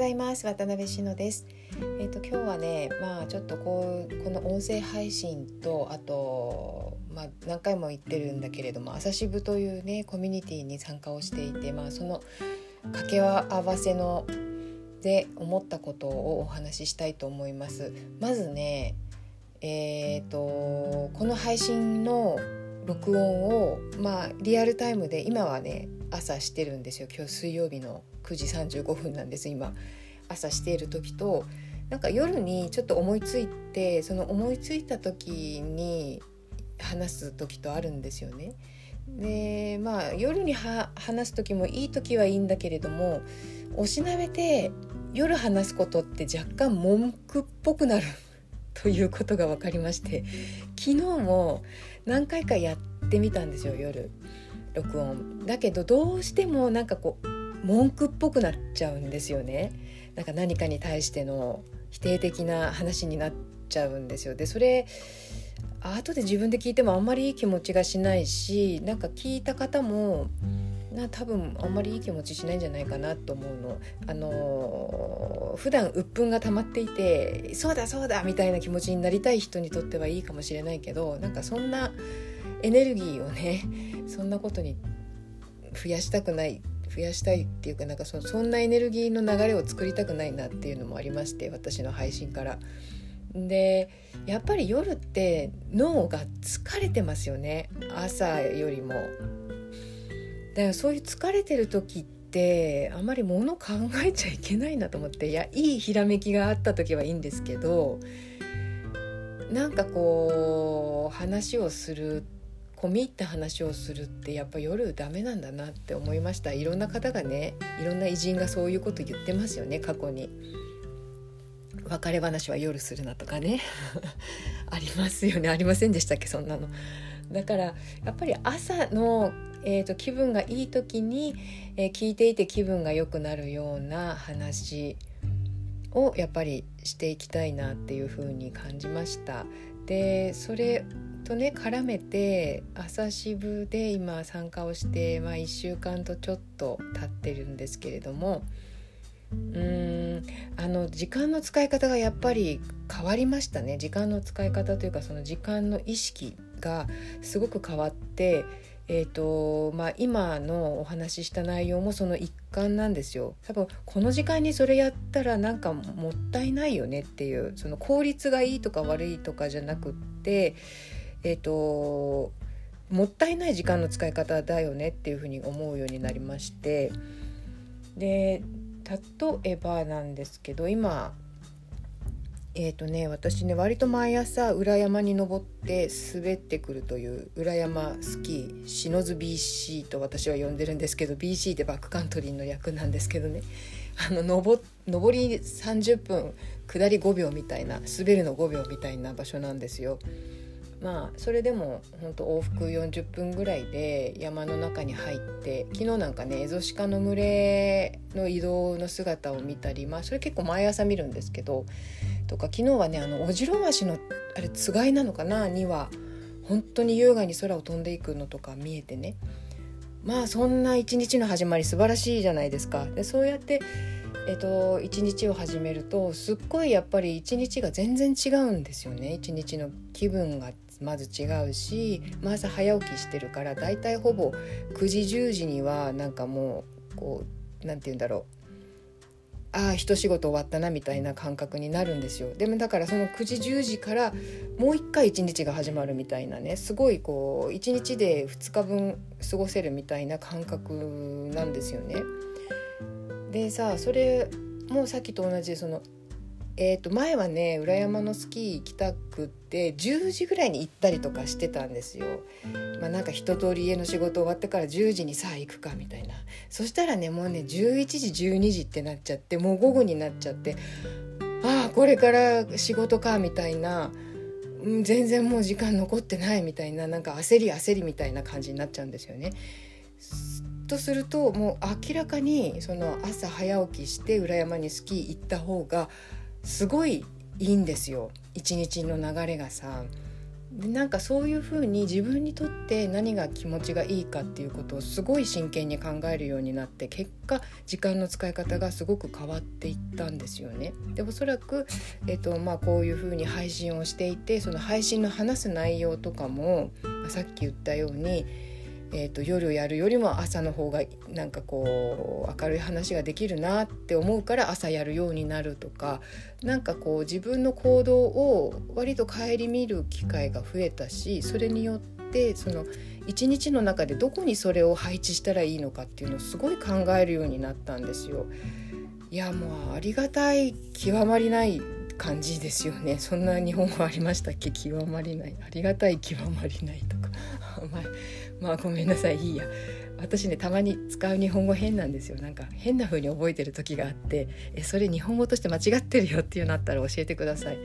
ざいます。渡辺しのです。今日はね、ちょっとこの音声配信と、あと、何回も言ってるんだけれども、朝渋というねコミュニティに参加をしていて、その掛け合わせので思ったことをお話ししたいと思います。まずね、この配信の録音をリアルタイムで今はね朝してるんですよ。今日水曜日の9時35分なんです。今朝している時と、夜にちょっと思いついて、その思いついた時に話す時とあるんですよね。で夜に話す時もいい時はいいんだけれども、おしなべて夜話すことって若干文句っぽくなるということが分かりまして、昨日も何回かやってみたんですよ、夜録音だけど、どうしても文句っぽくなっちゃうんですよね。何かに対しての否定的な話になっちゃうんですよ。でそれ後で自分で聞いてもあんまりいい気持ちがしないし、聞いた方も多分あんまりいい気持ちしないんじゃないかなと思うの。普段鬱憤が溜まっていて、そうだそうだみたいな気持ちになりたい人にとってはいいかもしれないけど、そんなエネルギーをね、そんなことに増やしたいっていうか、そんなエネルギーの流れを作りたくないなっていうのもありまして、私の配信から。でやっぱり夜って脳が疲れてますよね、朝よりも。だからそういう疲れてる時ってあまり物考えちゃいけないなと思って、いいひらめきがあった時はいいんですけど、話をする、込み入った話をするってやっぱ夜ダメなんだなって思いました。いろんな方がね、いろんな偉人がそういうこと言ってますよね、過去に。別れ話は夜するなとかねありますよね。ありませんでしたっけ、そんなの。だからやっぱり朝の、気分がいい時に、聞いていて気分が良くなるような話をやっぱりしていきたいなっていう風に感じました。でそれとね絡めて、朝渋で今参加をして、1週間とちょっと経ってるんですけれども、時間の使い方がやっぱり変わりましたね。時間の使い方というか、その時間の意識がすごく変わって、今のお話しした内容もその一環なんですよ。多分この時間にそれやったらもったいないよねっていう、その効率がいいとか悪いとかじゃなくって、もったいない時間の使い方だよねっていうふうに思うようになりまして、で例えばなんですけど、今私ね割と毎朝裏山に登って滑ってくるという裏山スキー、篠津 BC と私は呼んでるんですけど、 BC でバックカントリーの略なんですけどね、上り30分下り5秒みたいな、滑るの5秒みたいな場所なんですよ。それでも本当往復40分ぐらいで山の中に入って、昨日なんかねエゾシカの群れの移動の姿を見たり、それ結構毎朝見るんですけどとか、昨日はねオジロワシのあれつがいなのかなには本当に優雅に空を飛んでいくのとか見えてね、そんな一日の始まり素晴らしいじゃないですか。でそうやって一日を始めると、すっごいやっぱり一日が全然違うんですよね。一日の気分がまず違うし、朝早起きしてるからだいたいほぼ9時10時にはもうなんて言うんだろう、一仕事終わったなみたいな感覚になるんですよ。でもだからその9時10時からもう一回一日が始まるみたいなね、すごい一日で2日分過ごせるみたいな感覚なんですよね。でそれもさっきと同じで前はね裏山のスキー行きたくって10時ぐらいに行ったりとかしてたんですよ。一通り家の仕事終わってから10時にさあ行くかみたいな。そしたらねもうね11時12時ってなっちゃって、もう午後になっちゃって、これから仕事かみたいな、全然もう時間残ってないみたいな、焦りみたいな感じになっちゃうんですよね。とするともう明らかにその朝早起きして裏山にスキー行った方がすごいいいんですよ、一日の流れがさ。 でなんかそういうふうに自分にとって何が気持ちがいいかっていうことをすごい真剣に考えるようになって、結果時間の使い方がすごく変わっていったんですよね。でおそらく、こういうふうに配信をしていて、その配信の話す内容とかも、さっき言ったように、夜やるよりも朝の方がなんかこう明るい話ができるなって思うから朝やるようになるとか、なんかこう自分の行動を割と顧みる機会が増えたし、それによってその一日の中でどこにそれを配置したらいいのかっていうのをすごい考えるようになったんですよ。いやもうありがたい極まりない感じですよね。そんな日本語ありましたっけ？極まりない、ありがたい極まりないとかまあごめんなさい、いいや。私ねたまに使う日本語変なんですよ。なんか変な風に覚えてる時があって、それ日本語として間違ってるよっていうのあったら教えてください。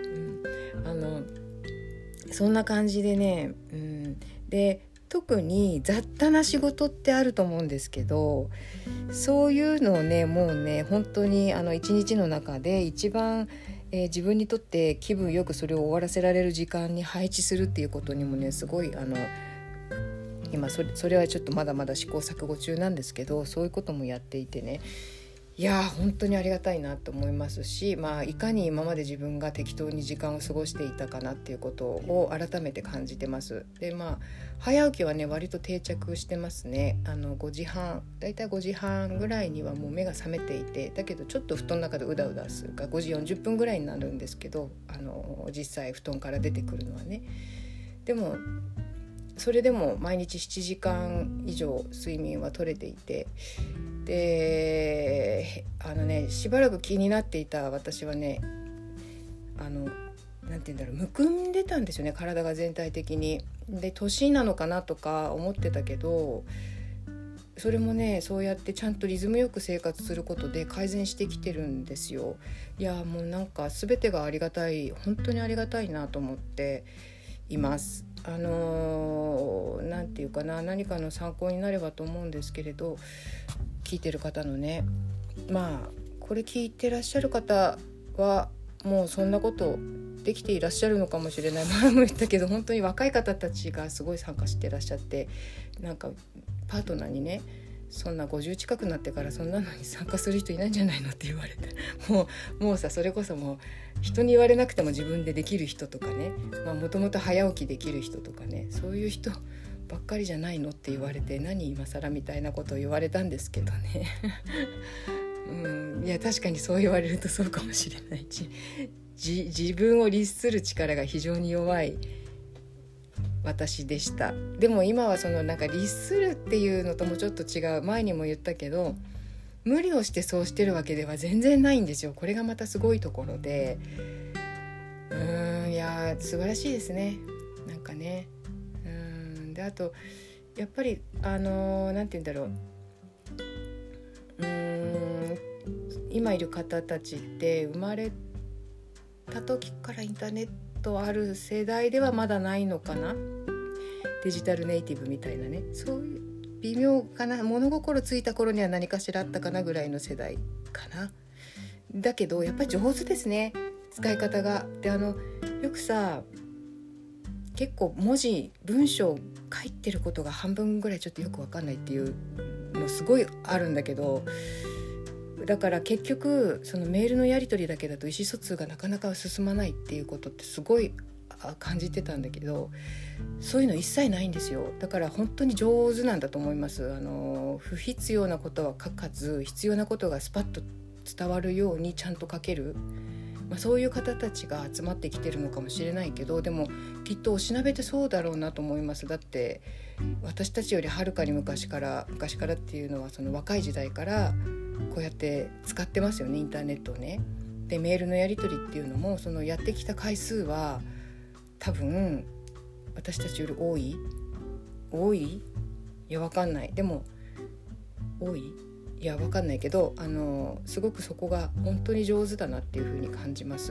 そんな感じでね、で特に雑多な仕事ってあると思うんですけど、そういうのをねもうね本当に一日の中で一番自分にとって気分よくそれを終わらせられる時間に配置するっていうことにもねすごい今それはちょっとまだまだ試行錯誤中なんですけど、そういうこともやっていてね、いや本当にありがたいなと思いますし、いかに今まで自分が適当に時間を過ごしていたかなっていうことを改めて感じてます。で早起きはね割と定着してますね。5時半だいたい5時半ぐらいにはもう目が覚めていて、だけどちょっと布団の中でうだうだするから5時40分ぐらいになるんですけど、実際布団から出てくるのはね。でもそれでも毎日7時間以上睡眠は取れていて、でしばらく気になっていた私はねなんて言うんだろう、むくんでたんですよね、体が全体的に。で年なのかなとか思ってたけど、それもねそうやってちゃんとリズムよく生活することで改善してきてるんですよ。いやもうなんか全てがありがたい、本当にありがたいなと思っています。なんていうかな、何かの参考になればと思うんですけれど、聞いてる方のね、これ聞いてらっしゃる方はもうそんなことできていらっしゃるのかもしれない。前も言ったけど本当に若い方たちがすごい参加してらっしゃって、なんかパートナーにね、そんな50近くなってからそんなのに参加する人いないんじゃないのって言われて、もうさ、それこそもう人に言われなくても自分でできる人とかね、もともと早起きできる人とかね、そういう人ばっかりじゃないのって言われて、何今更みたいなことを言われたんですけどねいや確かにそう言われるとそうかもしれない。自分を律する力が非常に弱い私でした。でも今はそのなんか律するっていうのともちょっと違う。前にも言ったけど、無理をしてそうしてるわけでは全然ないんですよ。これがまたすごいところで、いや素晴らしいですね。なんかね、であとやっぱりなんて言うんだろう、今いる方たちって生まれた時からインターネットある世代ではまだないのかな。デジタルネイティブみたいなね、そういう微妙かな、物心ついた頃には何かしらあったかなぐらいの世代かな。だけどやっぱり上手ですね、使い方が。でよくさ、結構文章書いてることが半分ぐらいちょっとよく分かんないっていうのすごいあるんだけど、だから結局そのメールのやり取りだけだと意思疎通がなかなか進まないっていうことってすごい感じてたんだけど、そういうの一切ないんですよ。だから本当に上手なんだと思います。不必要なことは書かず、必要なことがスパッと伝わるようにちゃんと書ける、そういう方たちが集まってきてるのかもしれないけど、でもきっとおしなべてそうだろうなと思います。だって私たちよりはるかに昔からっていうのはその若い時代からこうやって使ってますよね、インターネットをね。でメールのやり取りっていうのもそのやってきた回数は多分私たちより多い？いやわかんない。でも多い？いやわかんないけど、すごくそこが本当に上手だなっていう風に感じます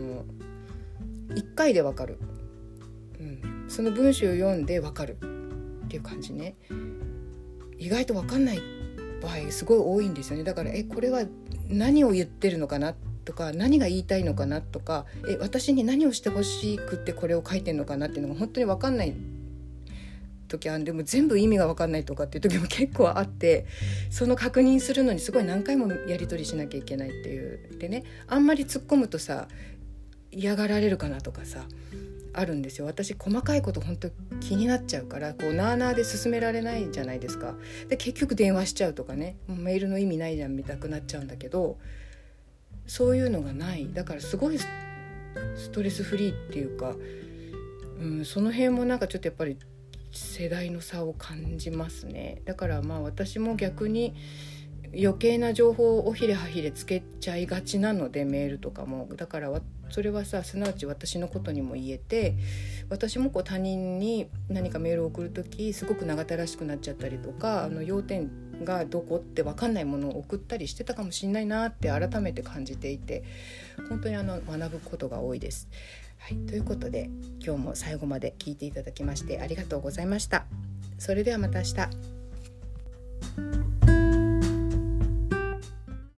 。1回でわかる、その文章を読んでわかるっていう感じね。意外とわかんない場合すごい多いんですよね。だからこれは何を言ってるのかなっとか何が言いたいのかなとか私に何をしてほしくってこれを書いてんのかなっていうのが本当に分かんない時ある。でも全部意味が分かんないとかっていう時も結構あって、その確認するのにすごい何回もやり取りしなきゃいけないっていうでね、あんまり突っ込むとさ嫌がられるかなとかさあるんですよ。私細かいこと本当気になっちゃうから、こうなあなあで進められないじゃないですか。で結局電話しちゃうとかね、メールの意味ないじゃん見たくなっちゃうんだけど、そういうのがない。だからすごいストレスフリーっていうか、その辺もなんかちょっとやっぱり世代の差を感じますね。だからまあ私も逆に余計な情報をおひれはひれつけちゃいがちなので、メールとかもだからそれはさすなわち私のことにも言えて、私もこう他人に何かメールを送るときすごく長たらしくなっちゃったりとか、要点がどこって分かんないものを送ったりしてたかもしれないなって改めて感じていて、本当に学ぶことが多いです。はい、ということで今日も最後まで聞いていただきましてありがとうございました。それではまた明日。